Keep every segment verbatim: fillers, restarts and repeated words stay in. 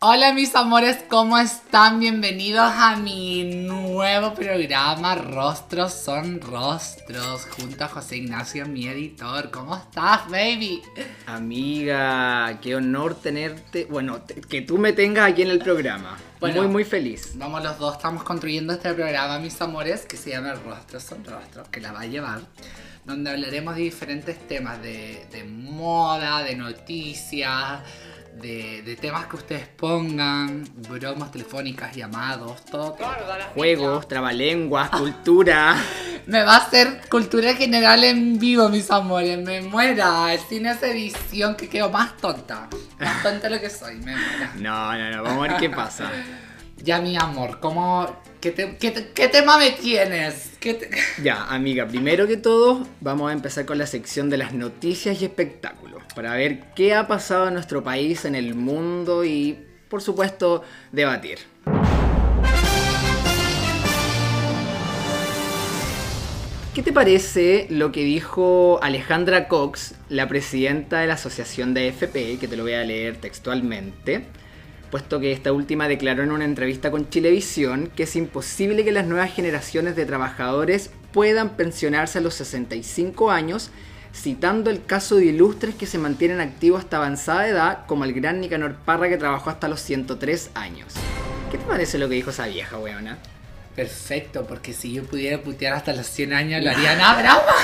Hola mis amores, ¿cómo están? Bienvenidos a mi nuevo programa Rostros son Rostros, junto a José Ignacio, mi editor. ¿Cómo estás, baby? Amiga, qué honor tenerte, bueno, te, que tú me tengas aquí en el programa. Bueno, muy, muy feliz. Vamos los dos, estamos construyendo este programa, mis amores, que se llama Rostros son Rostros, que la va a llevar, donde hablaremos de diferentes temas, de, de moda, de noticias, De, de temas que ustedes pongan, bromas telefónicas, llamados, todo. todo. Juegos, trabalenguas, cultura. Me va a hacer cultura general en vivo, mis amores. Me muera. El cine es edición que quedo más tonta. Más tonta de lo que soy, me muera. No, no, no, vamos a ver qué pasa. Ya, mi amor, ¿cómo, qué, te, qué, te, ¿qué tema me tienes? ¿Qué te... Ya, amiga, primero que todo, vamos a empezar con la sección de las noticias y espectáculos, para ver qué ha pasado en nuestro país, en el mundo y, por supuesto, debatir. ¿Qué te parece lo que dijo Alejandra Cox, la presidenta de la Asociación de A F P, que te lo voy a leer textualmente? Puesto que esta última declaró en una entrevista con Chilevisión que es imposible que las nuevas generaciones de trabajadores puedan pensionarse a los sesenta y cinco años, citando el caso de ilustres que se mantienen activos hasta avanzada edad, como el gran Nicanor Parra, que trabajó hasta los ciento tres años. ¿Qué te parece lo que dijo esa vieja, weona? Perfecto, porque si yo pudiera putear hasta los cien años, lo haría nada, brava.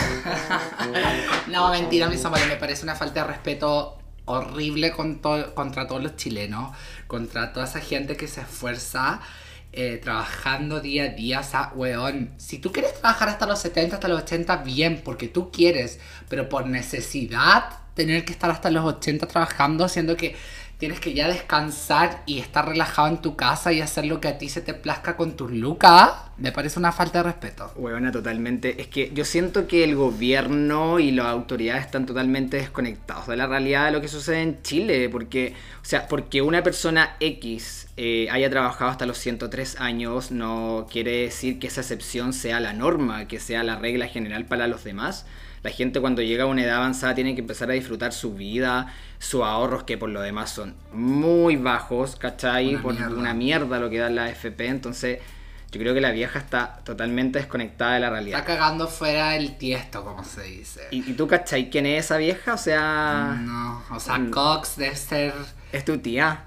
No, mentira, mis amores, me parece una falta de respeto horrible con to- contra todos los chilenos, contra toda esa gente que se esfuerza eh, trabajando día a día. O sea, weón, si tú quieres trabajar hasta los setenta, hasta los ochenta, bien, porque tú quieres, pero por necesidad tener que estar hasta los ochenta trabajando, siendo que tienes que ya descansar y estar relajado en tu casa y hacer lo que a ti se te plazca con tus lucas, me parece una falta de respeto. Huevona, totalmente. Es que yo siento que el gobierno y las autoridades están totalmente desconectados de la realidad de lo que sucede en Chile. Porque, o sea, porque una persona X eh, haya trabajado hasta los ciento tres años no quiere decir que esa excepción sea la norma, que sea la regla general para los demás. La gente cuando llega a una edad avanzada tiene que empezar a disfrutar su vida, sus ahorros, que por lo demás son muy bajos, ¿cachai? Una por mierda. una mierda lo que da la A F P. Entonces yo creo que la vieja está totalmente desconectada de la realidad. Está cagando fuera el tiesto, como se dice. ¿Y, y tú, cachai, quién es esa vieja? O sea... No, o sea, Mm. Cox debe ser... Es tu tía.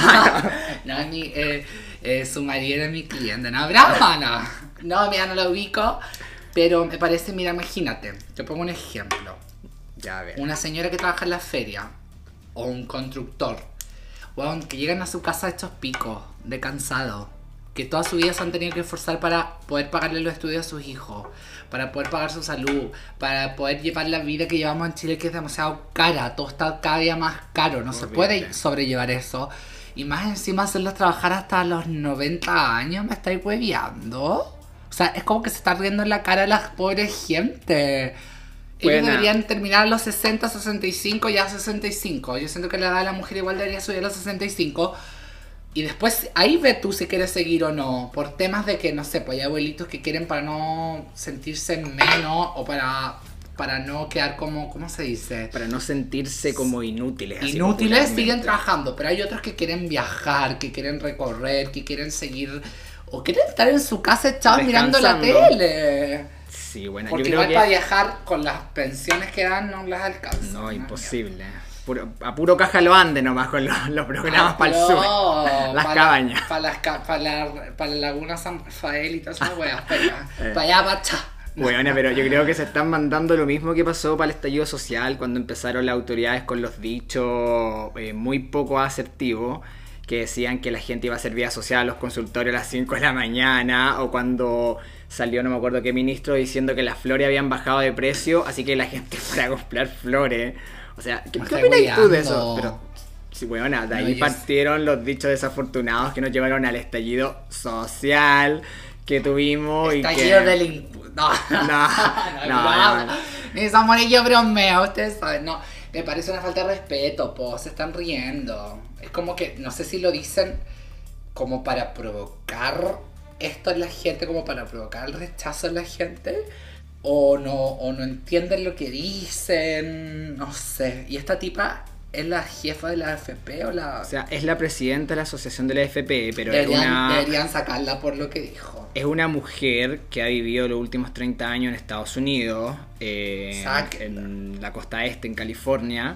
No, es mi, eh, eh, su marido es mi cliente. No, brava, no. No, mira, no lo ubico. Pero me parece, mira, imagínate. Te pongo un ejemplo. Ya, a ver. Una señora que trabaja en la feria. O un constructor. Weón, que llegan a su casa estos picos de cansado. Que toda su vida se han tenido que esforzar para poder pagarle los estudios a sus hijos. Para poder pagar su salud. Para poder llevar la vida que llevamos en Chile, que es demasiado cara. Todo está cada día más caro. No se Horrible. puede sobrellevar eso. Y más encima hacerlos trabajar hasta los noventa años. ¿Me estáis hueviando? O sea, es como que se está riendo en la cara a las pobres gente. Ellos Buena. deberían terminar a los sesenta, sesenta y cinco, ya sesenta y cinco. Yo siento que la edad de la mujer igual debería subir a los sesenta y cinco. Y después ahí ve tú si quieres seguir o no. Por temas de que, no sé, pues hay abuelitos que quieren para no sentirse menos o para, para no quedar como, ¿cómo se dice? Para no sentirse como inútiles. así Inútiles, popularmente. siguen trabajando. Pero hay otros que quieren viajar, que quieren recorrer, que quieren seguir... O quieren estar en su casa echados mirando la Descansando. tele. Sí, bueno, Porque yo creo igual que... para viajar con las pensiones que dan no las alcanza. No, Una imposible. Puro, a puro caja lo ande nomás con los, los programas para el sur. Las para cabañas. Para las ca- para la, para la Laguna San Rafael y todas esas weas. Para allá, Eh. para allá, pacha. Bueno, pero yo creo que se están mandando lo mismo que pasó para el estallido social, cuando empezaron las autoridades con los dichos eh, muy poco asertivos, que decían que la gente iba a hacer vida social a los consultorios a las cinco de la mañana, o cuando salió no me acuerdo qué ministro diciendo que las flores habían bajado de precio, así que la gente fuera a comprar flores. O sea, ¿qué, Me ¿qué estáis opinas tú de eso? hueveando. Pero, sí, bueno, de No, ahí yo- partieron los dichos desafortunados que nos llevaron al estallido social que tuvimos y que... Estallido delincu... No, No, no, no, no. no. Mis amores, yo bromeo, ustedes saben. No, me parece una falta de respeto, po. Se están riendo. Es como que, no sé si lo dicen como para provocar esto en la gente, como para provocar el rechazo en la gente. O no, o no entienden lo que dicen. No sé. Y esta tipa ¿Es la jefa de la A F P o la...? O sea, es la presidenta de la asociación de la A F P, pero deberían, es una... deberían sacarla por lo que dijo. Es una mujer que ha vivido los últimos treinta años en Estados Unidos, eh, en la costa este, en California,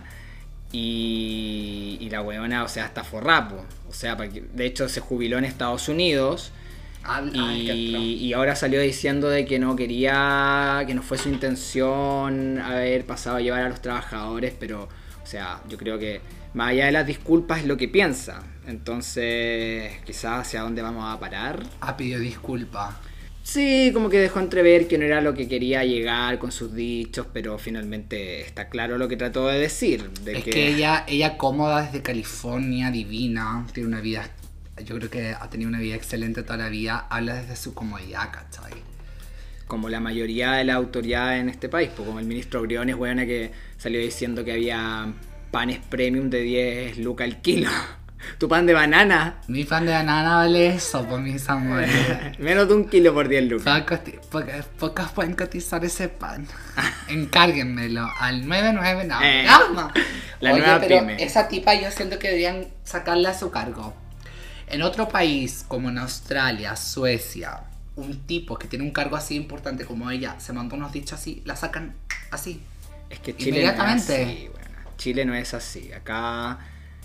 y, y la weona, o sea, está forrapo. O sea, de hecho se jubiló en Estados Unidos Ay, y, ay, y ahora salió diciendo de que no quería, que no fue su intención haber pasado a llevar a los trabajadores, pero, o sea, yo creo que más allá de las disculpas es lo que piensa. Entonces, quizás hacia dónde vamos a parar. Ha pedido disculpas. Sí, como que dejó entrever que no era lo que quería llegar con sus dichos, pero finalmente está claro lo que trató de decir. De es que... que ella, ella cómoda desde California, divina, tiene una vida, yo creo que ha tenido una vida excelente toda la vida, habla desde su comodidad, ¿cachai? Como la mayoría de las autoridades en este país, pues como el ministro Briones, weona, que salió diciendo que había panes premium de diez lucas al kilo. Tu pan de banana. Mi pan de banana vale eso, por mis amores. Menos de un kilo por diez lucas. Pocas, pocas pueden cotizar ese pan. Encárguenmelo al nueve nueve no, eh, no. La Oye, nueva pero pyme. Esa tipa yo siento que deberían sacarla a su cargo. En otro país, como en Australia, Suecia, un tipo que tiene un cargo así importante como ella, se mandó unos dichos así, la sacan así. Es que Chile inmediatamente. no es así, bueno. Chile no es así. Acá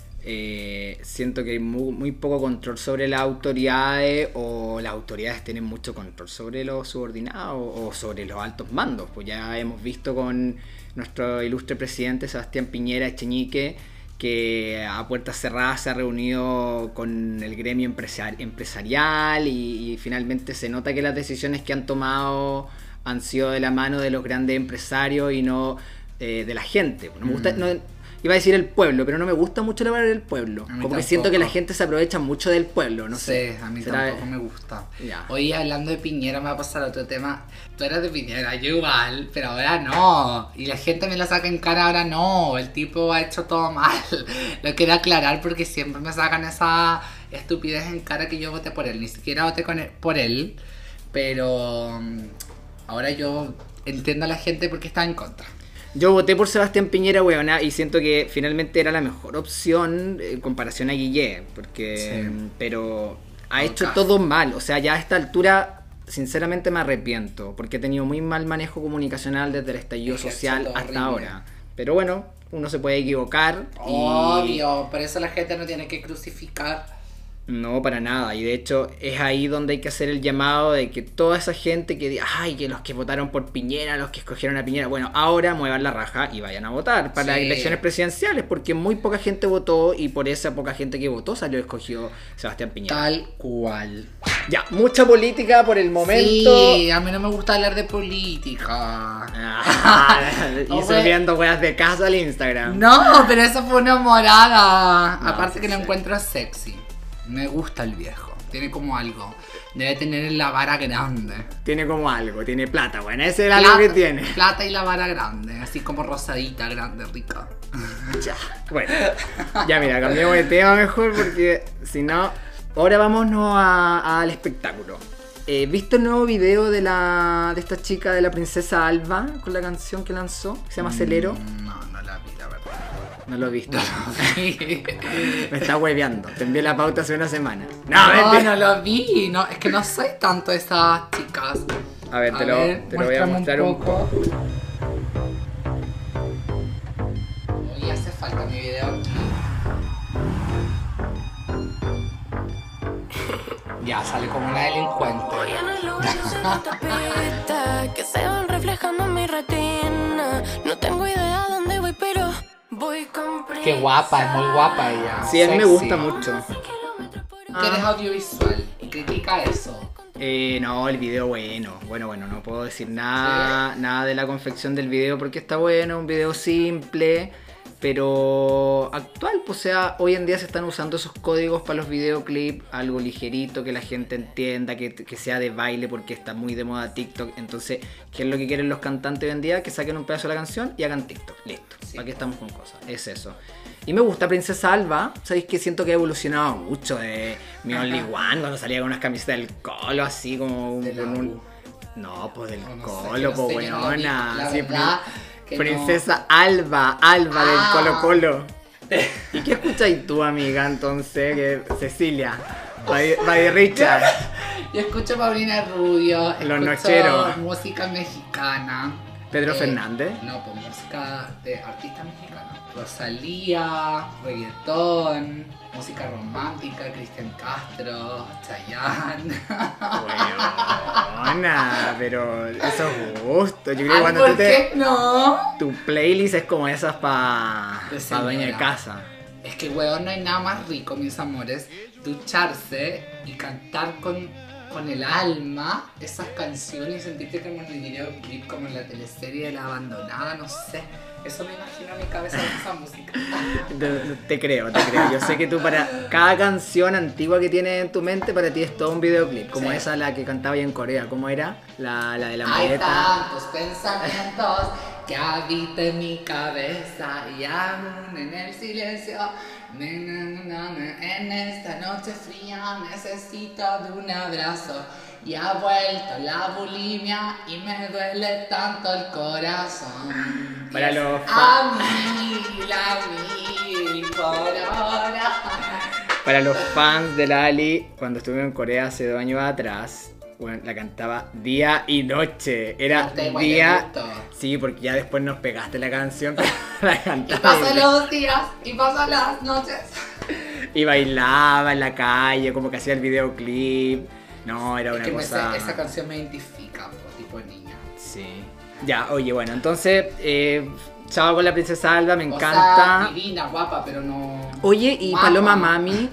eh, siento que hay muy, muy poco control sobre las autoridades, o las autoridades tienen mucho control sobre los subordinados o sobre los altos mandos. Pues ya hemos visto con nuestro ilustre presidente Sebastián Piñera Echeñique, que a puertas cerradas se ha reunido con el gremio empresari- empresarial y, y finalmente se nota que las decisiones que han tomado han sido de la mano de los grandes empresarios y no eh, de la gente. No me gusta, Mm. no, iba a decir el pueblo, pero no me gusta mucho la palabra del pueblo. A mí Como tampoco. que siento que la gente se aprovecha mucho del pueblo, no Sí, sé. a mí ¿Será- tampoco me gusta. Ya. Oye, hablando de Piñera, me va a pasar otro tema. Tú eras de Piñera, yo igual, pero ahora no. Y la gente me lo saca en cara, ahora no. El tipo ha hecho todo mal. Lo quiero aclarar porque siempre me sacan esa estupidez en cara que yo voté por él. Ni siquiera voté con él- por él, pero mm, ahora yo entiendo a la gente porque está en contra. Yo voté por Sebastián Piñera, weona, y siento que finalmente era la mejor opción en comparación a Guillé, porque Sí. pero ha Por hecho caso. todo mal. O sea, ya a esta altura sinceramente me arrepiento, porque he tenido muy mal manejo comunicacional desde el estallido Es que social eso es lo hasta horrible. ahora. Pero bueno, uno se puede equivocar. y Obvio, por eso la gente no tiene que crucificar. No, para nada. Y de hecho es ahí donde hay que hacer el llamado de que toda esa gente que diga, ay, que los que votaron por Piñera, los que escogieron a Piñera, bueno, ahora muevan la raja y vayan a votar para Sí. las elecciones presidenciales, porque muy poca gente votó y por esa poca gente que votó salió escogió Sebastián Piñera. Tal cual. Ya, mucha política por el momento. Sí, a mí no me gusta hablar de política. Ah, y Hombre. subiendo weas de casa al Instagram. No, pero eso fue una morada. No, Aparte sí que lo sé. encuentro sexy. Me gusta el viejo. Tiene como algo. Debe tener la vara grande. Tiene como algo, tiene plata, bueno, ese es algo que tiene. Plata y la vara grande. Así como rosadita, grande, rica. Ya, bueno, ya mira, cambiamos de tema mejor porque si no, ahora vámonos a- al espectáculo. Eh, ¿Viste el nuevo video de la de esta chica de la princesa Alba con la canción que lanzó? Que se llama Acelero. Mm, No, no la vi, la verdad. No lo he visto. Sí. Me está hueveando. Te envié la pauta hace una semana. No, mentira. no lo vi. No, es que no soy tanto de esas chicas. A ver, te, A lo, ver, te lo voy a muéstrame mostrar un poco. Hoy hace falta mi video aquí. Ya, sale como una delincuente. Que se van reflejando en mi retina. No tengo idea dónde voy, pero voy con prisa. Qué guapa, es muy guapa ella. Sí, a mí me Sexy. gusta mucho. Tú eres audiovisual y critica eso. Eh, no, el video bueno, bueno, bueno, no puedo decir nada, nada de la confección del video porque está bueno, un video simple, pero actual, pues, o sea, hoy en día se están usando esos códigos para los videoclips, algo ligerito, que la gente entienda, que, que sea de baile porque está muy de moda TikTok, entonces, ¿qué es lo que quieren los cantantes hoy en día? Que saquen un pedazo de la canción y hagan TikTok, listo, Sí. ¿para qué estamos con cosas? Es eso. Y me gusta Princesa Alba, sabéis que siento que ha evolucionado mucho de mi Only One cuando salía con unas camisetas del Colo, así como un, De la con un... U. No, pues del No, no sé, Colo, yo no pues sé, yo no lo vi. weona. La Sí, verdad pri- que Princesa Alba, Alba Ah. del Colo Colo. bastante. ¿Y qué escucháis tú, amiga, entonces? Que Cecilia, Buddy Buddy Richard. Yo escucho Paulina Rubio, Los escucho Nocheros. música mexicana. Pedro Eh, Fernández. No, pues música de artistas mexicanos. Rosalía, reggaetón, música romántica, Cristian Castro, Chayanne. Buena, pero eso es gusto. Yo creo que Ay, cuando ¿por tú te... qué no? Tu playlist es como esas para De pa dueña de señora. casa. Es que, weón, no hay nada más rico, mis amores, ducharse y cantar con, con el alma esas canciones y sentirte como en el videoclip, como en la teleserie de La Abandonada, no sé. Eso me imagino en mi cabeza con esa música. Te, te creo, te creo. Yo sé que tú para cada canción antigua que tienes en tu mente, para ti es todo un videoclip. Como Sí. esa, la que cantaba ya en Corea. ¿Cómo era? La, la de la Hay maleta. tantos pensamientos que habitan en mi cabeza y aún en el silencio. Na, na, na, na, en esta noche fría necesito de un abrazo. Y ha vuelto la bulimia y me duele tanto el corazón. Para Y es los a mil, a mil por hora. Para los fans de Lali, cuando estuve en Corea hace dos años atrás, bueno, la cantaba día y noche. Era Te igual día. te gustó. Sí, porque ya después nos pegaste la canción, pero la Y cantaba. pasan los días y pasan las noches. Y bailaba en la calle, como que hacía el videoclip. No, era Es una que me cosa. sé- esa canción me identifica, po, tipo de niña. Sí. Ya, oye, bueno, entonces, eh, chao con la princesa Alba, me O encanta. sea, divina, guapa, pero no. Oye, y Guapa. Paloma Mami.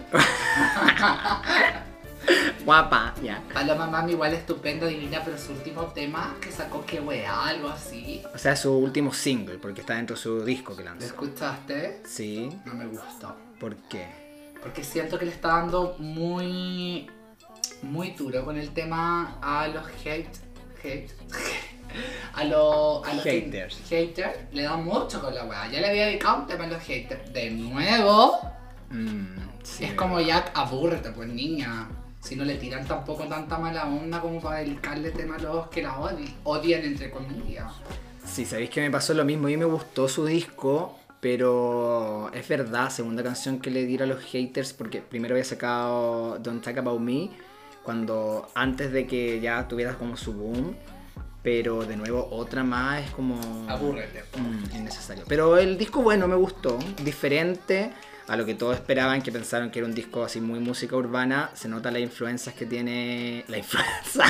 Guapa, ya. Paloma Mami igual estupenda, divina, pero su último tema que sacó, que wea, algo así. O sea, su último single, porque está dentro de su disco que ¿Lo lanzó. escuchaste? Sí. No me gustó. ¿Por qué? Porque siento que le está dando muy. muy duro con el tema a los hate. hate. A, los a los que- Haters. haters le da mucho con la wea. Ya le había dedicado un tema a los haters. De nuevo. Mm, sí, es me- como ya abúrrete, pues niña. Si no le tiran tampoco tanta mala onda como para dedicarle tema a los que la odian, odian entre comillas. Sí, sabéis que me pasó lo mismo. A mí me gustó su disco, pero es verdad, segunda canción que le tiro a los haters, porque primero había sacado Don't Talk About Me, cuando antes de que ya tuviera como su boom, pero de nuevo otra más es como... Abúrrete. Mm, innecesario. Pero el disco, bueno, me gustó, diferente a lo que todos esperaban, que pensaron que era un disco así muy música urbana. Se nota las influencias que tiene... La influencia.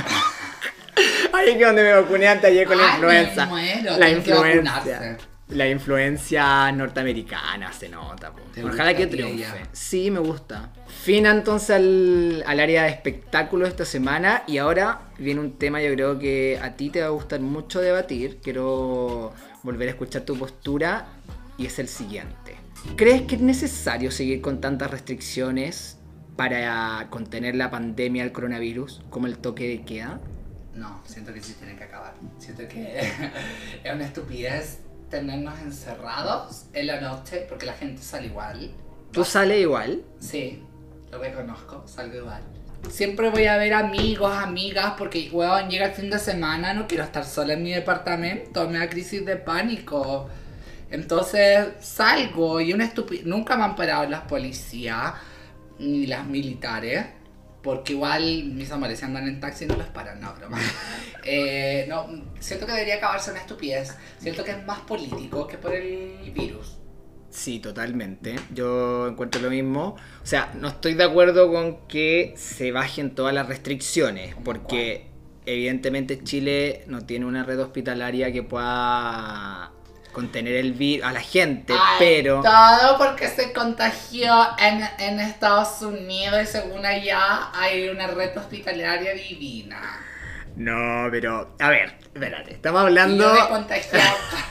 Ay, que donde me vacuné antes ayer con la Ay, influenza. me muero, La tienen que influencia. vacunarse. La influencia norteamericana se nota. Po. ¿Te Ojalá que gusta, tía, triunfe. ya? Sí, me gusta. Fin entonces al, al área de espectáculos esta semana. Y ahora viene un tema, yo creo que a ti te va a gustar mucho debatir. Quiero volver a escuchar tu postura. Y es el siguiente. ¿Crees que es necesario seguir con tantas restricciones para contener la pandemia del coronavirus, como el toque de queda? No, siento que sí tienen que acabar. Siento que es una estupidez tenernos encerrados en la noche porque la gente sale igual. ¿Tú sales igual? Sí, lo reconozco, salgo igual. Siempre voy a ver amigos, amigas, porque, weón, llega el fin de semana, no quiero estar sola en mi departamento, me da crisis de pánico. Entonces salgo y una estupidez. Nunca me han parado las policías ni las militares, porque igual mis amores si andan en taxi no los paran, no, broma. Eh, no, siento que debería acabarse una estupidez. Siento que es más político que por el virus. Sí, totalmente. Yo encuentro lo mismo. O sea, no estoy de acuerdo con que se bajen todas las restricciones, porque evidentemente Chile no tiene una red hospitalaria que pueda contener el virus a la gente, Ay, pero... todo porque se contagió en, en Estados Unidos y según allá hay una red hospitalaria divina. No, pero... A ver, espérate. Estamos Y hablando yo me contagié.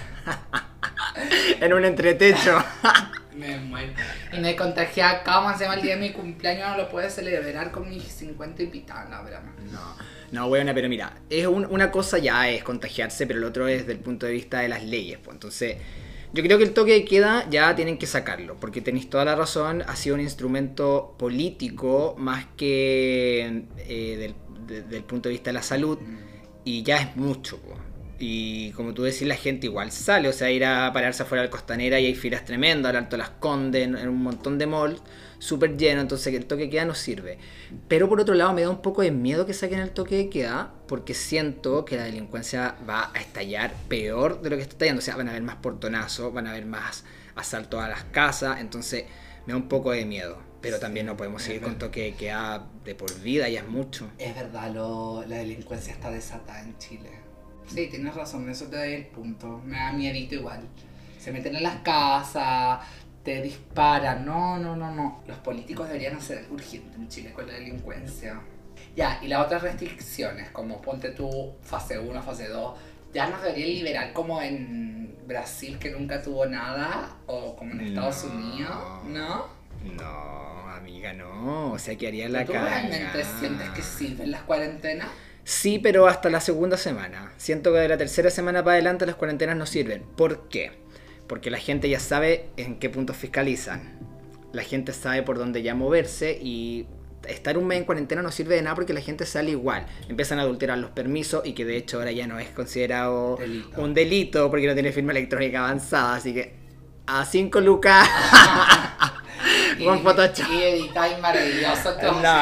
en un entretecho. Me muero. Y me contagié acá, ¿cómo se llama el día de mi cumpleaños? No lo puedo celebrar con mis cincuenta invitados, no, broma. No, no, buena, pero mira, es un- una cosa ya es contagiarse, pero el otro es desde el punto de vista de las leyes, pues. Entonces, yo creo que el toque de queda ya tienen que sacarlo, porque tenéis toda la razón, ha sido un instrumento político más que eh, del, de- del punto de vista de la salud, y ya es mucho, pues. Y como tú decís, la gente igual sale, o sea, ir a pararse afuera de la Costanera y hay filas tremendas, al Alto Las Condes, en, en un montón de malls, súper lleno, entonces el toque de queda no sirve. Pero por otro lado me da un poco de miedo que saquen el toque de queda, porque siento que la delincuencia va a estallar peor de lo que está estallando, o sea, van a haber más portonazos, van a haber más asaltos a las casas, entonces me da un poco de miedo. Pero también no podemos seguir con toque de queda de por vida, ya es mucho. Es verdad, lo, la delincuencia está desatada en Chile. Sí, tienes razón, eso te doy el punto. Me da miedito igual. Se meten en las casas, te disparan. No, no, no, no. Los políticos deberían hacer algo urgente en Chile con la delincuencia. Ya, y las otras restricciones, como ponte tú fase uno, fase dos, ya nos deberían liberar como en Brasil, que nunca tuvo nada, o como en Estados No. Unidos, ¿no? No, amiga, no. O sea, que haría la ¿Tú cagada. realmente sientes que sirven las cuarentenas? Sí, pero hasta la segunda semana. Siento que de la tercera semana para adelante las cuarentenas no sirven. ¿Por qué? Porque la gente ya sabe en qué puntos fiscalizan. La gente sabe por dónde ya moverse y estar un mes en cuarentena no sirve de nada porque la gente sale igual. Empiezan a adulterar los permisos y que de hecho ahora ya no es considerado Delito. un delito porque no tiene firma electrónica avanzada. Así que a cinco lucas con Photoshop. Y editáis maravilloso. Entonces. No.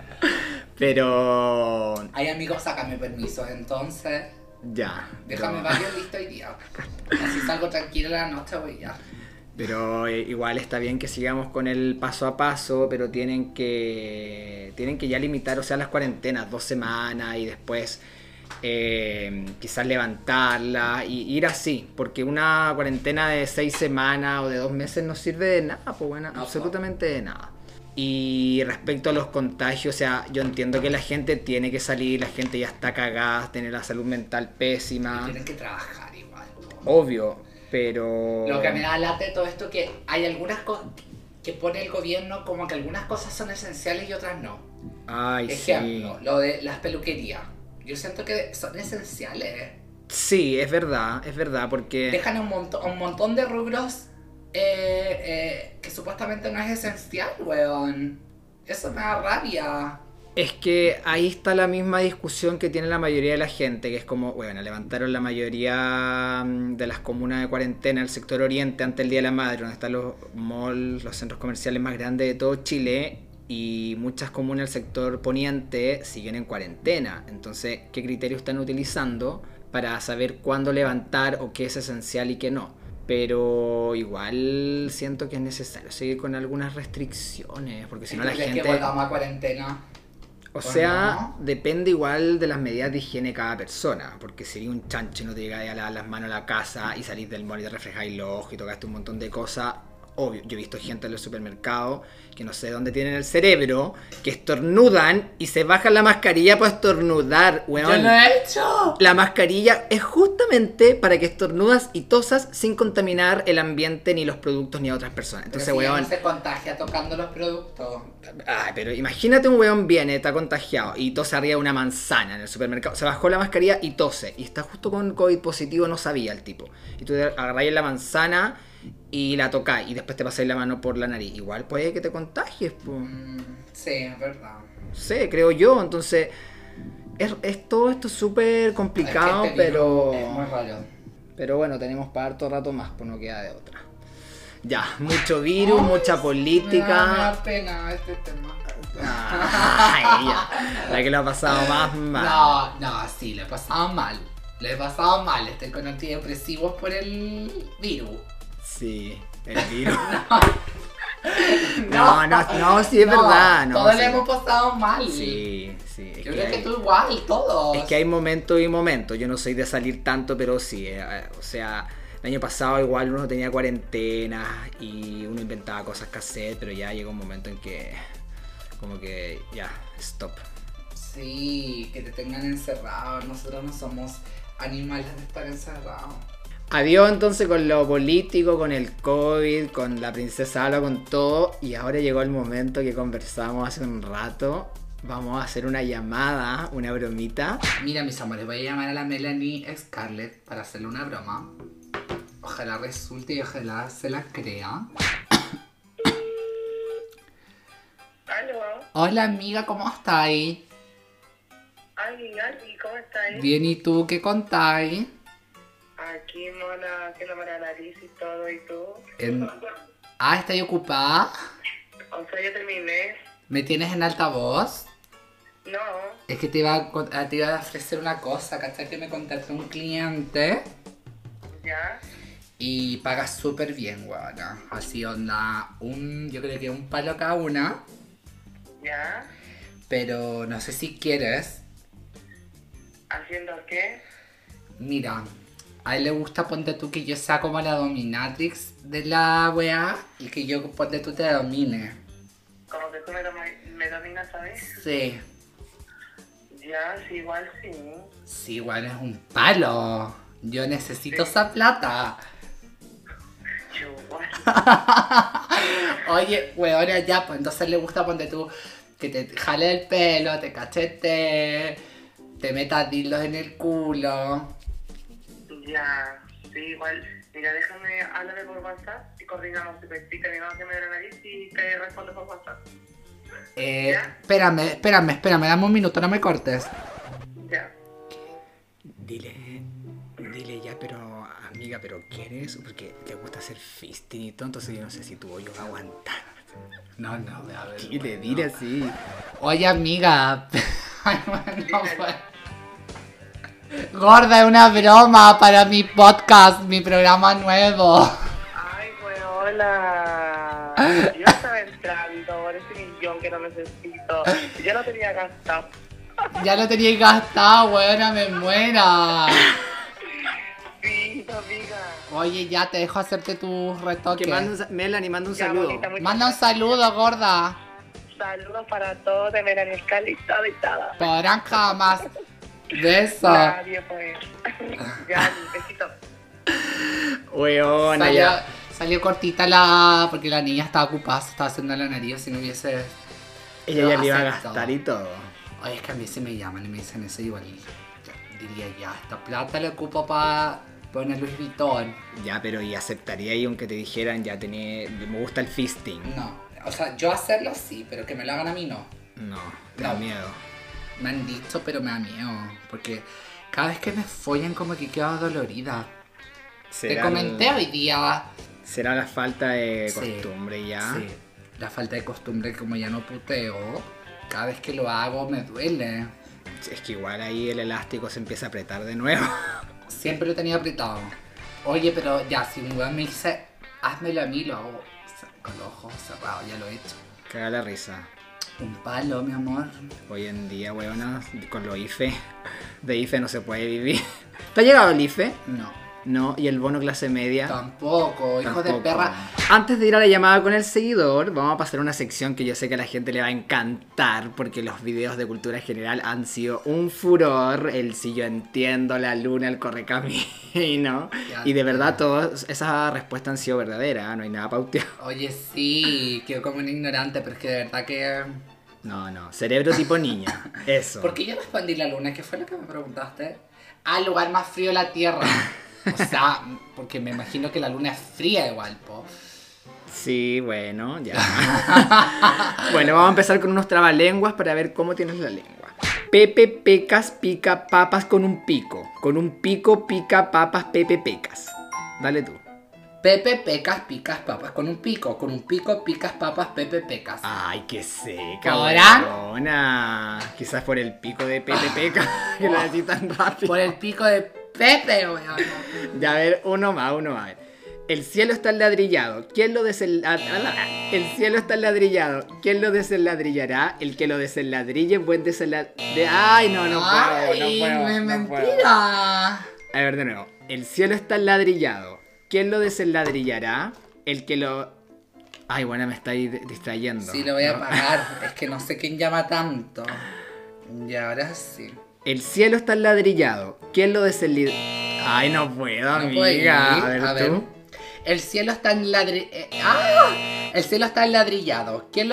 Pero Ay, amigos, sácame permiso, entonces. ya. Déjame no. varios listos hoy día. Así salgo tranquila la noche voy ya. Pero eh, igual está bien que sigamos con el paso a paso, pero tienen que tienen que ya limitar, o sea, las cuarentenas, dos semanas y después eh, quizás levantarla y ir así, porque una cuarentena de seis semanas o de dos meses no sirve de nada, pues bueno, No, absolutamente de nada. Y respecto a los contagios, o sea, yo entiendo que la gente tiene que salir, la gente ya está cagada, tiene la salud mental pésima, Tienen que trabajar igual. obvio, pero... Lo que me da lata de todo esto es que hay algunas cosas que pone el gobierno como que algunas cosas son esenciales y otras no. Ay, Ejemplo, sí. lo de las peluquerías. Yo siento que son esenciales. Sí, es verdad, es verdad, porque... Dejan un, monto- un montón de rubros eh, eh, que supuestamente no es esencial, weón. Eso me da rabia. Es que ahí está la misma discusión que tiene la mayoría de la gente, que es como, bueno, levantaron la mayoría mm, de las comunas de cuarentena del sector oriente ante el Día de la Madre, donde están los malls, los centros comerciales más grandes de todo Chile, y muchas comunas del sector poniente siguen en cuarentena. Entonces, ¿qué criterios están utilizando para saber cuándo levantar o qué es esencial y qué no? Pero igual siento que es necesario seguir con algunas restricciones, porque si no la ¿Crees gente... que volvamos a cuarentena? O ¿O sea, no? depende igual de las medidas de higiene de cada persona. Porque si eres un chancho y no te llegáis a lavar las manos a la casa y salís del mall y te reflejáis los ojos y tocaste un montón de cosas, obvio. Yo he visto gente en los supermercados que no sé dónde tienen el cerebro, que estornudan y se bajan la mascarilla para estornudar, weón. ¡Yo lo he hecho! La mascarilla es justamente para que estornudas y tosas sin contaminar el ambiente, ni los productos, ni a otras personas. Entonces, Pero si ya weón... no se contagia tocando los productos. Ay, pero imagínate un weón viene, está contagiado y tose arriba de una manzana en el supermercado. Se bajó la mascarilla y tose. Y está justo con COVID positivo, no sabía el tipo. Y tú agarráis la manzana y la tocáis y después te pasáis la mano por la nariz. Igual puede que te contagies, pues. Mm, sí, es verdad. No sé, creo yo. Entonces, es, es todo esto súper complicado, Es que este pero... virus es muy raro. Pero bueno, tenemos para harto rato más, pues no queda de otra. Ya, mucho virus, Ay, mucha Me da, me política. da pena este tema. Ay, ya. La que lo ha pasado más mal. No, no, sí, le he pasado mal. Le he pasado mal. Estoy con antidepresivos por el virus. Sí, el virus. No, no, no, sí es No, verdad. No, todos sí. le hemos pasado mal. Sí, sí. Es Yo que, creo que hay, tú igual, todos. es que hay momentos y momentos. Yo no soy de salir tanto, pero sí. eh, o sea, el año pasado igual uno tenía cuarentena y uno inventaba cosas que hacer, pero ya llegó un momento en que como que ya, stop. Sí, que te tengan encerrado. Nosotros no somos animales de estar encerrados. Adiós entonces con lo político, con el COVID, con la princesa Alba, con todo. Y ahora llegó el momento que conversamos hace un rato. Vamos a hacer una llamada, una bromita. Mira, mis amores, voy a llamar a la Melanie Scarlett para hacerle una broma. Ojalá resulte y ojalá se la crea. Aló, Hola amiga, ¿cómo estáis? Ali, Ali, ¿cómo estás? Bien, ¿y tú qué contáis? Aquí, mona, haciéndome la nariz y todo, ¿y tú? En- Ah, ¿estás ocupada? O sea, yo terminé. ¿Me tienes en altavoz? No. Es que te iba a, con- te iba a ofrecer una cosa, ¿cachai? Que me contactó un cliente ¿Ya? y paga súper bien, weona. Así onda, un, yo creo que un palo cada una, ¿Ya? pero no sé si quieres. ¿Haciendo qué? Mira, a él le gusta, ponte tú, que yo sea como la dominatrix de la weá y que yo, ponte tú, te domine. Como que tú me, domi- me dominas, ¿sabes? Sí, Ya, sí, igual sí. sí, igual es un palo. Yo necesito esa plata. Yo igual. Oye, weona, ya, pues entonces le gusta, ponte tú, que te jale el pelo, te cachete, te metas dildos en el culo. Ya, sí, igual. Mira, déjame hablarme por WhatsApp y coordinamos si te y terminamos de meter la nariz y te respondo por WhatsApp. Eh, ¿Ya? espérame, espérame, espérame, dame un minuto, no me cortes. Ya. Dile, dile ya, pero amiga, pero ¿quieres? Porque te gusta hacer fisting y todo, entonces yo no sé si tu hoyo va a aguantar. No, no, a ver. Dile, dile así. Oye, amiga. Ay, bueno, pues. Gorda, es una broma para mi podcast, mi programa nuevo. Ay, hola. Yo estaba entrando por ese millón que no necesito. Ya lo tenía gastado. Ya lo teníais gastado, weona, me muera. Sí, amiga. Oye, ya te dejo hacerte tus retoques. Que manda un, sa- Melanie, manda un Ya, saludo. bonita, muchas Manda un gracias. saludo, gorda. Saludos para todos de Melanie Scali y todo y todo. Podrán jamás. Beso. Nadie pues. Ya, besito. Weona, Salió, ya. salió cortita la. Porque la niña estaba ocupada, se estaba haciendo la nariz. Si no hubiese. Ella ya lo le iba a acepto. gastar y todo. Oye, es que a mí se me llaman y me dicen eso igual. ya, diría ya, esta plata la ocupo para poner Louis Vuitton. Ya, pero ¿y aceptaría ahí aunque te dijeran ya tenés, me gusta el fisting? No, o sea, yo hacerlo sí, pero que me lo hagan a mí no. No, te da No. miedo. Me han dicho, pero me da miedo. Porque cada vez que me follan, como que quedo dolorida. Te ¿Será comenté el- hoy día. ¿Será la falta de Sí, costumbre ya? Sí, la falta de costumbre, como ya no puteo, cada vez que lo hago me duele. Es que igual ahí el elástico se empieza a apretar de nuevo. Siempre lo tenía apretado. Oye, pero ya, si un weón me dice, házmelo a mí, lo hago con los ojos cerrados, ya lo he hecho. Caga la risa. Un palo, mi amor. Hoy en día, weona, con los I F E, de I F E no se puede vivir. ¿Te ha llegado el I F E? No, No, y el bono clase media. tampoco, hijo de Tampoco. perra. Antes de ir a la llamada con el seguidor, vamos a pasar a una sección que yo sé que a la gente le va a encantar porque los videos de cultura general han sido un furor. El si yo entiendo, la luna, el correcamino. Ya Y de te- verdad todas esas respuestas han sido verdaderas, no hay nada pauteado. Oye, sí, quedo como un ignorante, pero es que de verdad que... No, no, cerebro tipo niña, eso. ¿Por qué yo respondí la luna? ¿Qué fue lo que me preguntaste? Ah, el lugar más frío de la Tierra. O sea, porque me imagino que la luna es fría igual, po. Sí, bueno, ya. Bueno, vamos a empezar con unos trabalenguas para ver cómo tienes la lengua. Pepe Pecas pica papas con un pico. Con un pico pica papas Pepe Pecas. Dale tú. Pepe pecas, picas papas con un pico. Con un pico picas papas, Pepe pecas. Ay, qué seca, ¿Ahora? weona. Quizás por el pico de Pepe Peca que lo decís tan rápido. Por el pico de Pepe, weón. Ya, a ver, uno más, uno más. El cielo está enladrillado. ¿Quién lo desenladrillará? El cielo está enladrillado. ¿Quién lo desenladrillará? El que lo desenladrille, buen desenladrille. Ay, no, no puedo, Ay, no puedo. me no puedo. mentira. A ver, de nuevo. El cielo está enladrillado. ¿Quién lo desenladrillará? El que lo... Ay, bueno, me estáis di- distrayendo. Sí, lo voy a ¿no? pagar. Es que no sé quién llama tanto. Y ahora sí. El cielo está enladrillado. ¿Quién lo desenladrilló? Ay, no puedo, No puedo ir. amiga. A ver, A tú. ver. El cielo está enladrillado. ¡Ah! El cielo está enladrillado. ¿Quién lo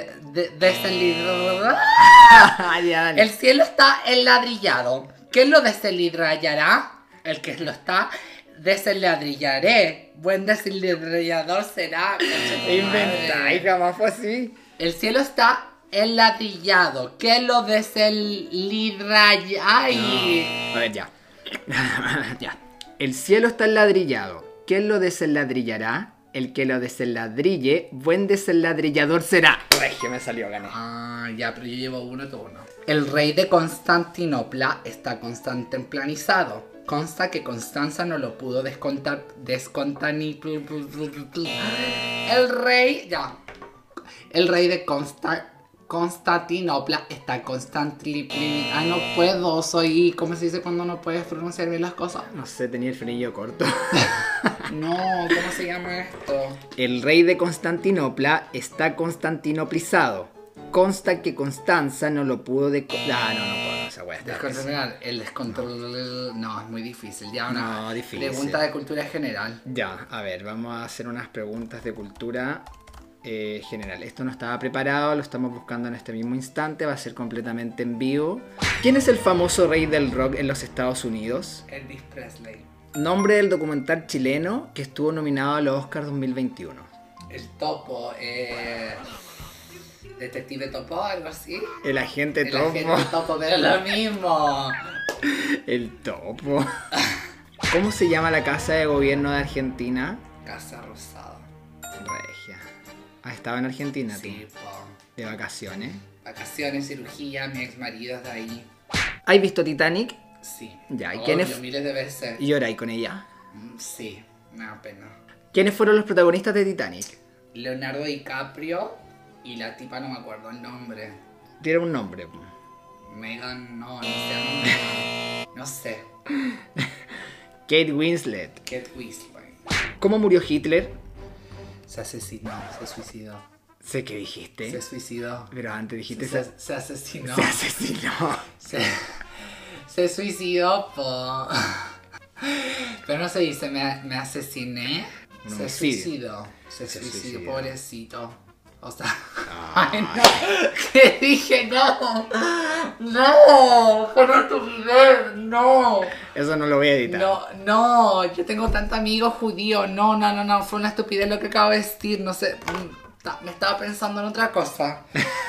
desenladrilló? Ay, ya, dale. El cielo está enladrillado. ¿Quién lo desenladrillará? El que lo está desenladrillaré. Buen desenladrillador será. Concha tu Inventáis, madre. jamás fue así. El cielo está enladrillado. ¿Quién lo desenladrará? Ay. A ver, ya. Ya. El cielo está enladrillado. ¿Quién lo desenladrillará? El que lo desenladrille, buen desenladrillador será. Regio, me salió, gané. Ah, ya, pero yo llevo uno, tú uno. El rey de Constantinopla está constantemplanizado. Consta que Constanza no lo pudo descontar... Descontani... El rey... Ya. El rey de Consta... Constantinopla está constantly... Ay, no puedo, soy... ¿Cómo se dice cuando no puedes pronunciar bien las cosas? No sé, tenía el frenillo corto. No, ¿cómo se llama esto? El rey de Constantinopla está constantinoplizado. Consta que Constanza no lo pudo de... Ah, no, no puedo, esa wea está pésima. Descontrolar, el descontrol... No, es muy difícil. Ya, una No, difícil. pregunta de cultura general. Ya, a ver, vamos a hacer unas preguntas de cultura eh, general. Esto no estaba preparado, lo estamos buscando en este mismo instante, va a ser completamente en vivo. ¿Quién es el famoso rey del rock en los Estados Unidos? Elvis Presley. Nombre del documental chileno que estuvo nominado a los Oscars dos mil veintiuno. El Topo, eh... Detective Topo, algo así. El agente El Topo. agente Topo, pero es lo mismo. El Topo. ¿Cómo se llama la casa de gobierno de Argentina? Casa Rosada. Regia. ¿Has estado en Argentina tú? Sí, po. De vacaciones. Vacaciones, cirugía, mi ex marido es de ahí. ¿Has visto Titanic? Sí. Ya, ¿y Obvio, quién es- miles de veces. ¿Y lloráis con ella? Mm, Sí, me da pena. ¿Quiénes fueron los protagonistas de Titanic? Leonardo DiCaprio y la tipa no me acuerdo el nombre. Tiene un nombre. Megan, no, no sé. No, no sé. Kate Winslet. Kate Winslet. ¿Cómo murió Hitler? Se asesinó, se suicidó. Sé que dijiste. Se suicidó. Pero antes dijiste Se, se, se asesinó. se asesinó. Se, se suicidó, po. Pero no se dice, me, me asesiné. Un Se homicidio. suicidó. Se, Se suicidó, suicidó. pobrecito. O sea. Ay. Ay, no. ¿Qué dije? No. No. Fue una estupidez. No. Eso no lo voy a editar. No, no. Yo tengo tantos amigos judíos. No, no, no, no. Fue una estupidez lo que acabo de decir. No sé. mm, ta- Me estaba pensando en otra cosa.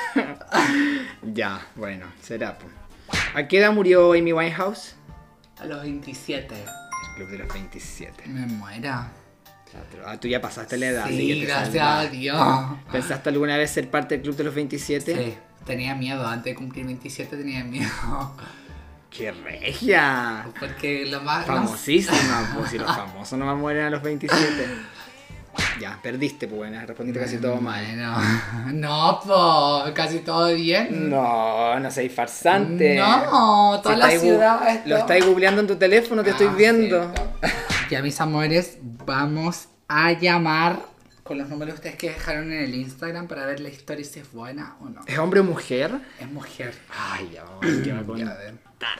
Ya, bueno, será. Po. ¿A qué edad murió Amy Winehouse? A los veintisiete. El club de los veintisiete. Me muera. Ah, tú ya pasaste la edad. así Sí, que te gracias salvas. a Dios. ¿Pensaste alguna vez ser parte del club de los veintisiete? Sí, tenía miedo. Antes de cumplir veintisiete tenía miedo. ¡Qué regia! Porque lo más... Famosísima, pues si los famosos no van a morir a los veintisiete. Ya, perdiste, pues bueno, respondiste casi todo mal. Bueno, no, po, casi todo bien. No, no seáis farsante. No, toda Si la estáis gu- ciudad esto- Lo estáis googleando en tu teléfono, te estoy Ah, viendo. cierto. Ya, mis amores, vamos a llamar con los números ustedes que dejaron en el Instagram para ver la historia si es buena o no. ¿Es hombre o mujer? Es mujer. Ay, ya, vamos a ver qué va a Ya, a contar. ver.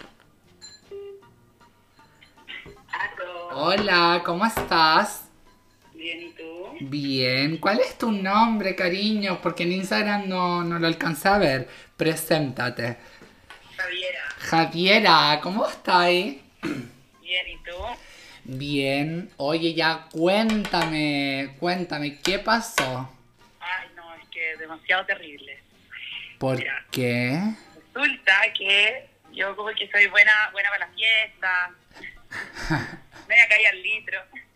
Aló. Hola, ¿cómo estás? Bien, ¿y tú? Bien. ¿Cuál es tu nombre, cariño? Porque en Instagram no, no lo alcancé a ver. Preséntate. Javiera. Javiera, ¿cómo estás? Bien, ¿y tú? Bien. Oye, ya cuéntame, cuéntame, ¿qué pasó? Ay, no, es que es demasiado terrible. ¿Por Mira. qué? Resulta que yo como que soy buena buena para la fiesta, media caí al litro.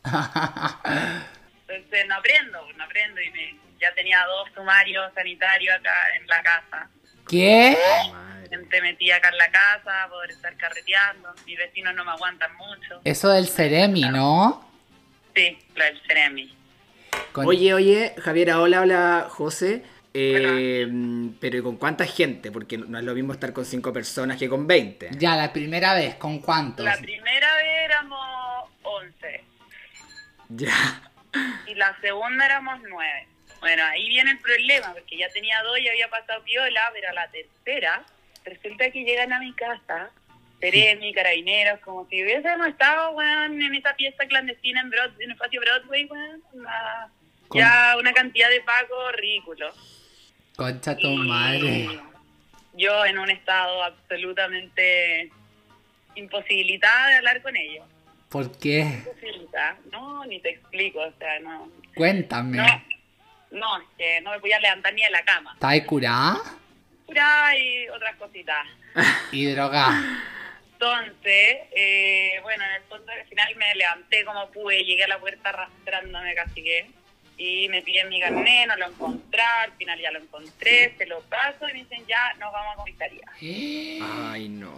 Entonces no aprendo, no aprendo y me, ya tenía dos sumarios sanitarios acá en la casa. ¿Qué? Madre. Gente metía acá en la casa, poder estar carreteando. Mis vecinos no me aguantan mucho. Eso del Ceremi, ¿no? Sí, lo del Ceremi. Con- Oye, oye, Javiera, hola, hola, José. Eh, pero ¿y con cuánta gente? Porque no es lo mismo estar con cinco personas que con veinte. Ya, la primera vez, ¿con cuántos? La primera vez éramos once Ya. y la segunda éramos nueve. Bueno, ahí viene el problema, porque ya tenía dos y había pasado piola, pero a la tercera resulta que llegan a mi casa, Ceremi, carabineros, como si hubiésemos estado, weón, en esa fiesta clandestina en, Broad, en el patio Broadway, weón, una- Con- ya una cantidad de pacos ridículo. Concha tu Y madre. yo en un estado absolutamente imposibilitada de hablar con ellos. ¿Por qué? Imposibilitada. No, ni te explico, o sea, no. Cuéntame. No, no, es que no me podía levantar ni de la cama. ¿Estás curada? Pura y otras cositas. Y droga. Entonces, eh, bueno, en el fondo al final me levanté como pude, llegué a la puerta arrastrándome casi que, y me piden mi carnet, no lo encontré, al final ya lo encontré, se lo paso y me dicen ya, nos vamos a comisaría. Ay, no.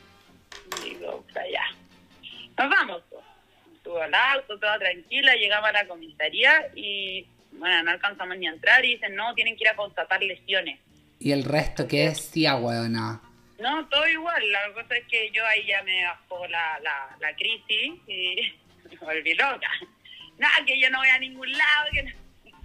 Digo, para allá. Nos vamos, pues. Subo al auto, toda tranquila, llegamos a la comisaría y, bueno, no alcanzamos ni a entrar y dicen, no, tienen que ir a constatar lesiones. ¿Y el resto qué decía, weona? No, todo igual, la cosa es que yo ahí ya me bajó la, la, la crisis y me volví loca. No, que yo no voy a ningún lado, que no.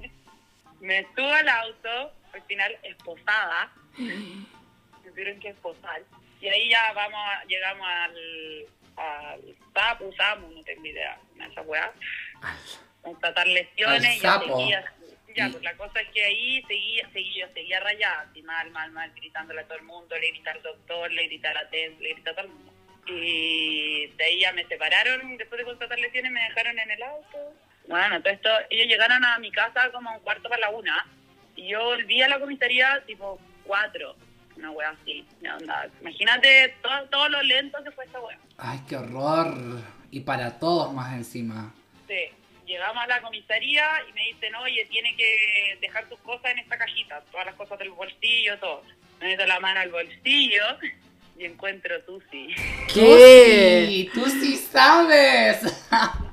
Me subo al auto, al final esposada, me tuvieron que esposar, y ahí ya vamos, a- llegamos al, al sapo, Samu, no tengo idea, a esa weá, constatar lesiones, Al y ya sapo. seguía, ya, Y- pues la cosa es que ahí seguía, seguía, yo seguía rayada, así mal, mal, mal, gritándole a todo el mundo, le grité al doctor, le grité a la T E S, le grité a todo el mundo. Y de ahí ya me separaron, después de constatar lesiones me dejaron en el auto. Bueno, todo esto, ellos llegaron a mi casa como a un cuarto para la una, y yo volví a la comisaría tipo cuatro, una wea así, una onda. Imagínate todo, todo lo lento que fue esta wea. Ay, qué horror. Y para todos más encima. Sí, llegamos a la comisaría y me dicen, oye, tiene que dejar tus cosas en esta cajita, todas las cosas del bolsillo, todo. Me meto la mano al bolsillo y encuentro Tusi. ¿Qué? ¡Tú sí! ¡Tú sí sabes!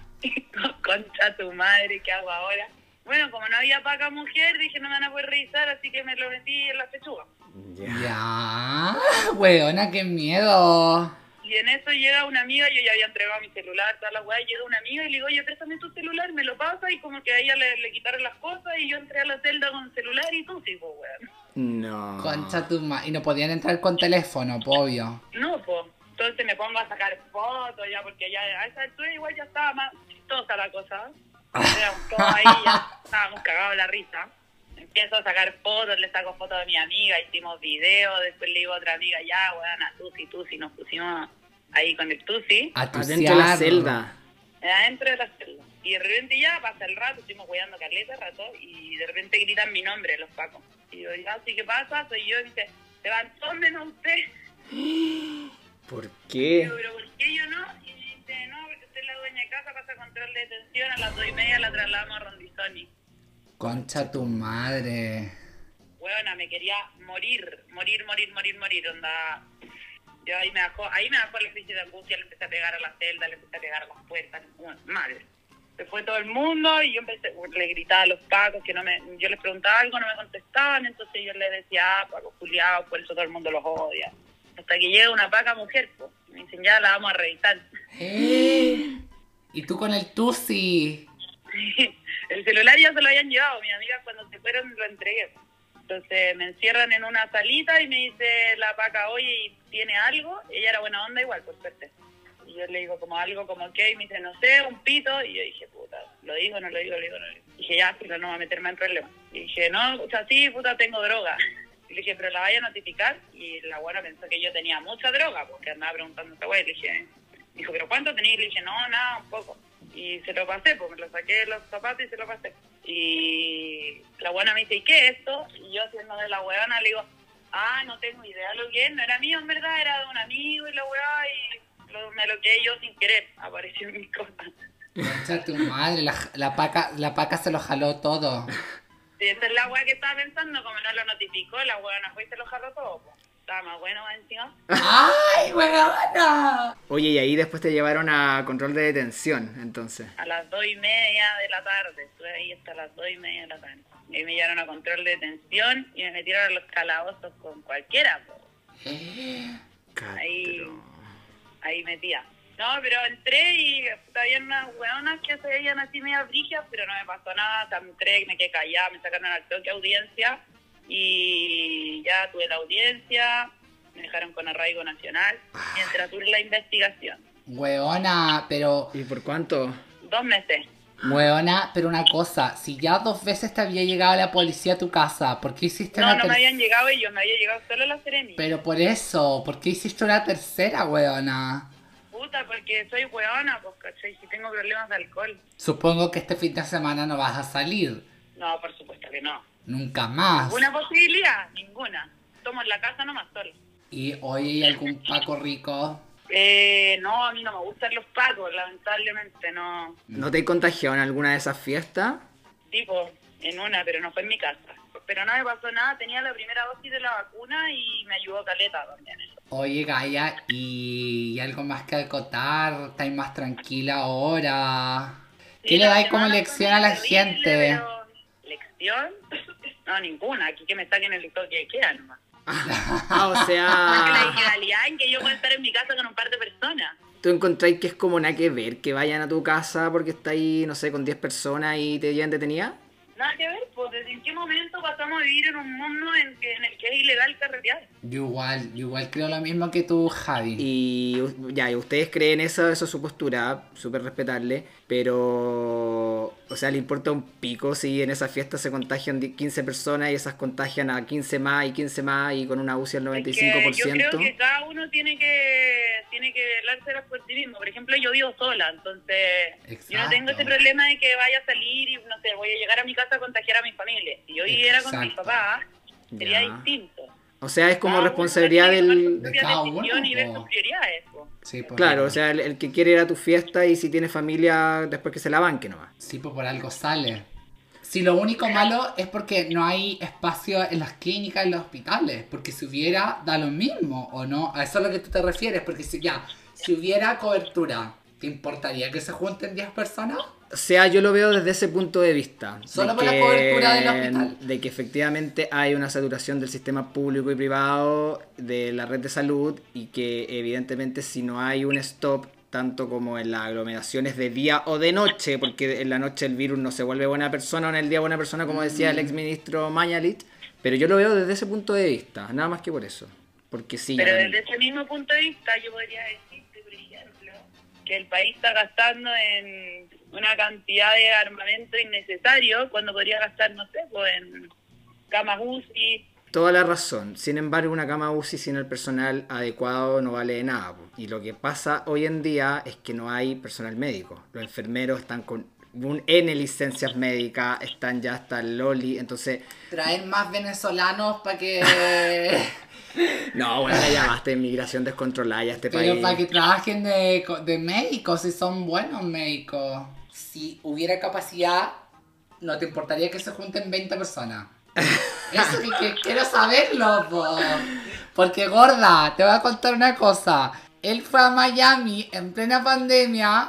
Concha tu madre, ¿qué hago ahora? Bueno, como no había paca mujer, dije no me van a poder revisar, así que me lo metí en la pechuga. Ya. Ya, weona, qué miedo. Y en eso llega una amiga, yo ya había entregado mi celular, toda la weá, y llega una amiga y le digo, oye, préstame tu celular, me lo pasa, y como que a ella le, le quitaron las cosas, y yo entré a la celda con celular y tú sí, pues, weón. No. Concha tu ma... Y no podían entrar con teléfono, po, obvio. No, pues, entonces me pongo a sacar fotos ya, porque ya a esa altura igual ya estaba más chistosa la cosa. Éramos todos ahí, ya estábamos cagados de la risa. Empiezo a sacar fotos, le saco fotos de mi amiga, hicimos videos, después le digo a otra amiga, ya, weón, a Tusi, Tusi, nos pusimos ahí con el Tusi, A tu Adentro de la celda. adentro de la celda. Y de repente ya pasa el rato, estuvimos cuidando caleta rato, y de repente gritan mi nombre los pacos. Y yo, ya, sí, ¿qué pasa? Soy yo, y me dice, levantó menos usted. ¿Por Y qué? yo, pero ¿por qué yo no? Y me dice, no, porque usted es la dueña de casa, pasa control de detención, a las dos y media la trasladamos a Rondizoni. Concha tu madre. Huevona, me quería morir, morir, morir, morir, morir, onda. Yo ahí me bajó, ahí me bajó la crisis de angustia, le empecé a pegar a la celda, le empecé a pegar a las puertas, bueno, mal. Se fue todo el mundo y yo empecé, le gritaba a los pacos que no me, yo les preguntaba algo, no me contestaban, entonces yo les decía, ah, pacos culiados, por eso todo el mundo los odia. Hasta que llega una paca mujer, pues, me dicen, ya la vamos a revisar. Y tú con el Tusi. El celular ya se lo habían llevado, mis amigas cuando se fueron lo entregué. Entonces me encierran en una salita y me dice la paca, oye, ¿tiene algo? Ella era buena onda igual, por suerte. Y yo le digo como algo como qué, y me dice, no sé, un pito. Y yo dije, puta, ¿lo digo, no lo digo, lo digo, no lo digo? Dije, ya, pero no va a meterme en problemas. Y dije, no, o sea, sí, puta, tengo droga. Y le dije, pero la vaya a notificar. Y la buena pensó que yo tenía mucha droga, porque andaba preguntando a esta güey. Le dije, dijo, ¿pero cuánto tenés? Y le dije, no, nada, un poco. Y se lo pasé, pues me lo saqué de los zapatos y se lo pasé. Y la buena me dice, ¿y qué es esto? Y yo haciendo de la huevona le digo, ah, no tengo idea lo que es, no era mío en verdad, era de un amigo y la hueva y lo, me lo quedé yo sin querer, apareció en mis cosas. Concha tu madre. La, la, paca, la paca se lo jaló todo. Sí, esa es la hueá que estaba pensando, como no lo notificó, la huevona fue y se lo jaló todo, pues. Estaba más bueno más encima. ¡Ay, weona! Oye, y ahí después te llevaron a control de detención, entonces. A las dos y media de la tarde, estuve ahí hasta las dos y media de la tarde. Y me llevaron a control de detención y me metieron a los calabozos con cualquiera, pues. Ahí, Catro. ahí metía. No, pero entré y había unas hueonas que se veían así medio brígidas, pero no me pasó nada. O sea, entré, me quedé callada, me sacaron al toque audiencia y ya tuve la audiencia, me dejaron con arraigo nacional mientras tuve la investigación. Weona, pero... ¿Y por cuánto? Dos meses. Weona, pero una cosa. Si ya dos veces te había llegado la policía a tu casa, ¿por qué hiciste No, una no me ter- habían llegado ellos, me había llegado solo la Seremi. Pero por eso, ¿por qué hiciste una tercera, weona? Puta, porque soy hueona, pues, ¿cachai? Si tengo problemas de alcohol. Supongo que este fin de semana no vas a salir. No, por supuesto que no. Nunca más. ¿Ninguna posibilidad? Ninguna. Tomo en la casa nomás solo. Y hoy hay algún paco rico. Eh, no, a mí no me gustan los pacos, lamentablemente, no. ¿No te contagió en alguna de esas fiestas? Tipo, en una, pero no fue en mi casa. Pero no me pasó nada, tenía la primera dosis de la vacuna y me ayudó caleta también eso. Oye, Gaia, ¿y, y algo más que acotar? ¿Estáis más tranquila ahora? ¿Qué Sí, le la dais como semana lección fue a la terrible, gente? pero- ¿Lección? No, ninguna. Aquí que me saquen el lector que queda nomás. Ah, o Más que la sea, ilegalidad en que yo pueda estar en mi casa con un par de personas. ¿tú encontráis que es como nada que ver que vayan a tu casa porque está ahí, no sé, con diez personas y te llevan detenida? Nada que ver, pues desde en qué momento pasamos a vivir en un mundo en, que, en el que es ilegal carretear. Yo igual, yo igual creo lo mismo que tú, Javi. Y u- ya, y ustedes creen eso, eso es su postura, súper respetable, pero, o sea, le importa un pico si en esa fiesta se contagian di- quince personas y esas contagian a quince más y quince más y con una U C I al Es noventa y que cinco por yo creo ciento. que cada uno tiene que tiene que velárselas por sí mismo. Por ejemplo, yo vivo sola, entonces yo no tengo Exacto. ese problema de que vaya a salir y, no sé, voy a llegar a mi casa a contagiar a mi familia. Si yo viviera con mis Exacto. papás, sería Ya. distinto. O sea, es como Cada uno responsabilidad tiene que tomar sus del... De propias cada uno, decisiones y ver po. sus prioridades, po. Sí, por Claro, algo. o sea, el, el que quiere ir a tu fiesta y si tiene familia, después que se la banque nomás. Sí, pues por algo sale. Si lo único malo es porque no hay espacio en las clínicas, en los hospitales. Porque si hubiera, da lo mismo, ¿o no? A eso es a lo que tú te refieres. Porque si ya, si hubiera cobertura, ¿te importaría que se junten diez personas? O sea, yo lo veo desde ese punto de vista. Solo de por la que- cobertura del hospital. De que efectivamente hay una saturación del sistema público y privado de la red de salud y que evidentemente si no hay un stop, tanto como en las aglomeraciones de día o de noche, porque en la noche el virus no se vuelve buena persona o en el día buena persona, como decía el exministro Mañalich, pero yo lo veo desde ese punto de vista, nada más que por eso. Porque sí, Pero ya- desde ese mismo punto de vista yo podría decirte, por ejemplo, que el país está gastando en una cantidad de armamento innecesario cuando podría gastar, no sé, pues en camas U C I. Toda la razón. Sin embargo, una cama U C I sin el personal adecuado no vale de nada, po. Y lo que pasa hoy en día es que no hay personal médico. Los enfermeros están con un N licencias médicas, están ya hasta el Loli, entonces... Traer más venezolanos para que... No, bueno, ya basta de inmigración descontrolada ya este Pero país. para que trabajen de, de médicos, si son buenos médicos. Si hubiera capacidad, no te importaría que se junten veinte personas. Eso que, que quiero saberlo, po. Porque gorda, te voy a contar una cosa. Él fue a Miami en plena pandemia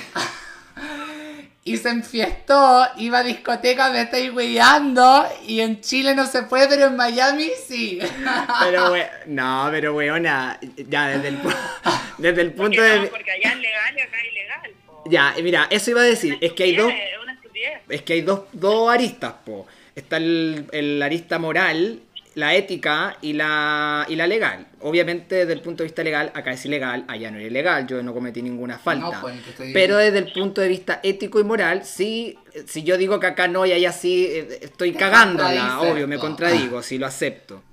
y se enfiestó, iba a discoteca, me estáis cuidando, y en Chile no se puede, pero en Miami sí. Pero, we- no, pero weona, ya desde el, pu- desde el punto Porque, no, de... porque allá es legal y acá es ilegal, po. Ya, mira, eso iba a decir, es que hay dos... Es una estupidez. Es que hay dos, dos aristas, po. Está el, el arista moral, la ética y la, y la legal. Obviamente, desde el punto de vista legal, acá es ilegal, allá no es ilegal, yo no cometí ninguna falta. No, pues, te estoy Pero diciendo. desde el punto de vista ético y moral, sí, si yo digo que acá no y allá sí, eh, estoy Te cagándola, contradices, obvio, me po. contradigo, sí lo acepto.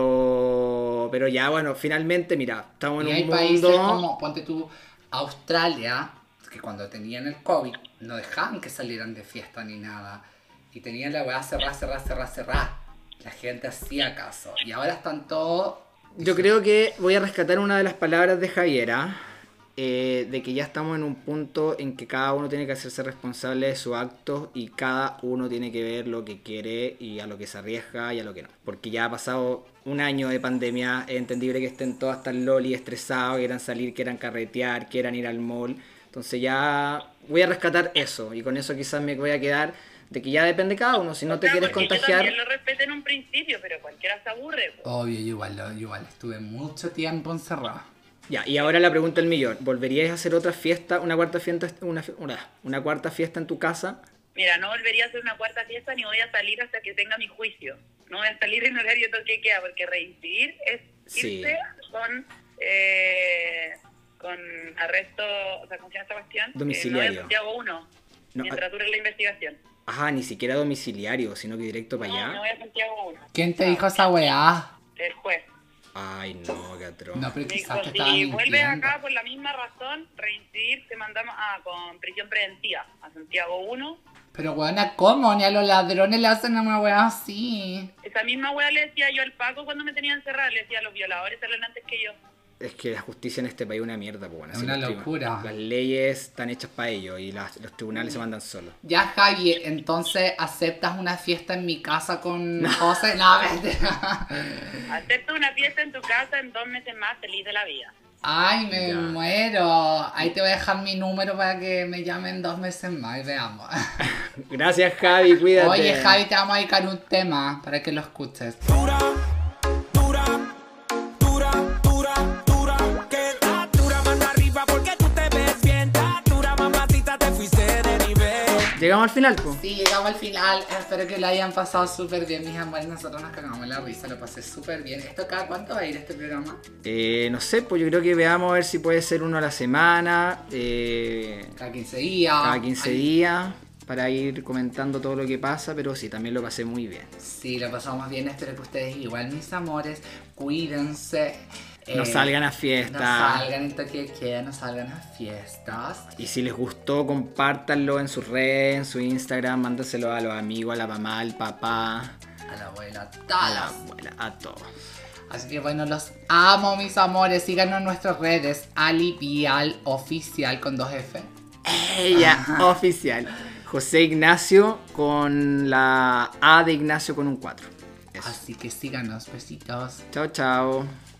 Pero, pero ya, bueno, finalmente, mira, estamos Y en hay un países mundo... como, ponte tú, Australia, que cuando tenían el COVID no dejaban que salieran de fiesta ni nada. Y tenían la weá cerrada, cerrada, cerrada, cerrada. La gente hacía caso. Y ahora están todos... Yo creo que voy a rescatar una de las palabras de Javiera, eh, de que ya estamos en un punto en que cada uno tiene que hacerse responsable de sus actos y cada uno tiene que ver lo que quiere y a lo que se arriesga y a lo que no. Porque ya ha pasado un año de pandemia, es entendible que estén todos hasta el loli estresados, quieran salir, quieran carretear, quieran ir al mall. Entonces ya voy a rescatar eso y con eso quizás me voy a quedar de que ya depende de cada uno. Si no O te sea, quieres porque contagiar... Yo también lo respeté en un principio, pero cualquiera se aburre, po. Obvio, yo igual, yo igual estuve mucho tiempo encerrado. Ya, y ahora la pregunta del millón. ¿Volveríais a hacer otra fiesta, una cuarta fiesta, una, una, una cuarta fiesta en tu casa? Mira, no volvería a hacer una cuarta fiesta ni voy a salir hasta que tenga mi juicio. No voy a salir en horario toque queda, porque reincidir es Sí. irse con, eh, con arresto, o sea, ¿cómo se llama esta cuestión? Domiciliario. Eh, no es Santiago uno, No, mientras dure la investigación. Ajá, ni siquiera domiciliario, sino que directo para No, allá. no voy a Santiago uno. ¿Quién te dijo esa weá? El juez. Ay, no, qué atroz. No, pero Me dijo, quizás te estaba si vuelves mintiendo. acá por la misma razón, reincidir, te mandamos a, con prisión preventiva a Santiago uno. Pero weona, ¿cómo? Ni a los ladrones le hacen una weá así. Esa misma weá le decía yo al Paco cuando me tenía encerrada, le decía a los violadores salen antes que yo. es que la justicia en este país es una mierda, pues bueno. Es así una los tri- locura. Las leyes están hechas para ellos y las- los tribunales se mandan solos. Ya, Javi, entonces, ¿aceptas una fiesta en mi casa con José? No, mentira. Acepto una fiesta en tu casa en dos meses más, feliz de la vida. Ay, me Ya. muero. Ahí te voy a dejar mi número para que me llamen dos meses más y veamos. Gracias, Javi, cuídate. Oye, Javi, te vamos a dedicar un tema para que lo escuches. Dura, dura, dura, dura, dura. Que está dura, mano arriba porque tú te ves bien. Está dura, mamacita, te fuiste de nivel. Llegamos al final, pues. Sí, llegamos al final. Espero que lo hayan pasado súper bien, mis amores. Nosotros nos cagamos la risa, lo pasé súper bien. ¿Esto cada cuánto va a ir este programa? Eh, no sé, pues yo creo que veamos a ver si puede ser uno a la semana, eh, Cada quince días. cada quince Ay, días, para ir comentando todo lo que pasa, pero sí, también lo pasé muy bien. Sí, lo pasamos bien. Espero que ustedes igual, mis amores. Cuídense. No Eh, salgan a No fiesta. salgan en toque de queda, no salgan a fiestas. Y si les gustó, compártanlo en sus redes, en su Instagram, mándaselo a los amigos, a la mamá, al papá, A la abuela, a la talas. abuela, a todos. Así que bueno, los amo, mis amores. Síganos en nuestras redes. Ali Vial Oficial con dos F. Ella, oficial. José Ignacio con la A de Ignacio con un cuatro. Eso. Así que síganos. Besitos. Chao, chao.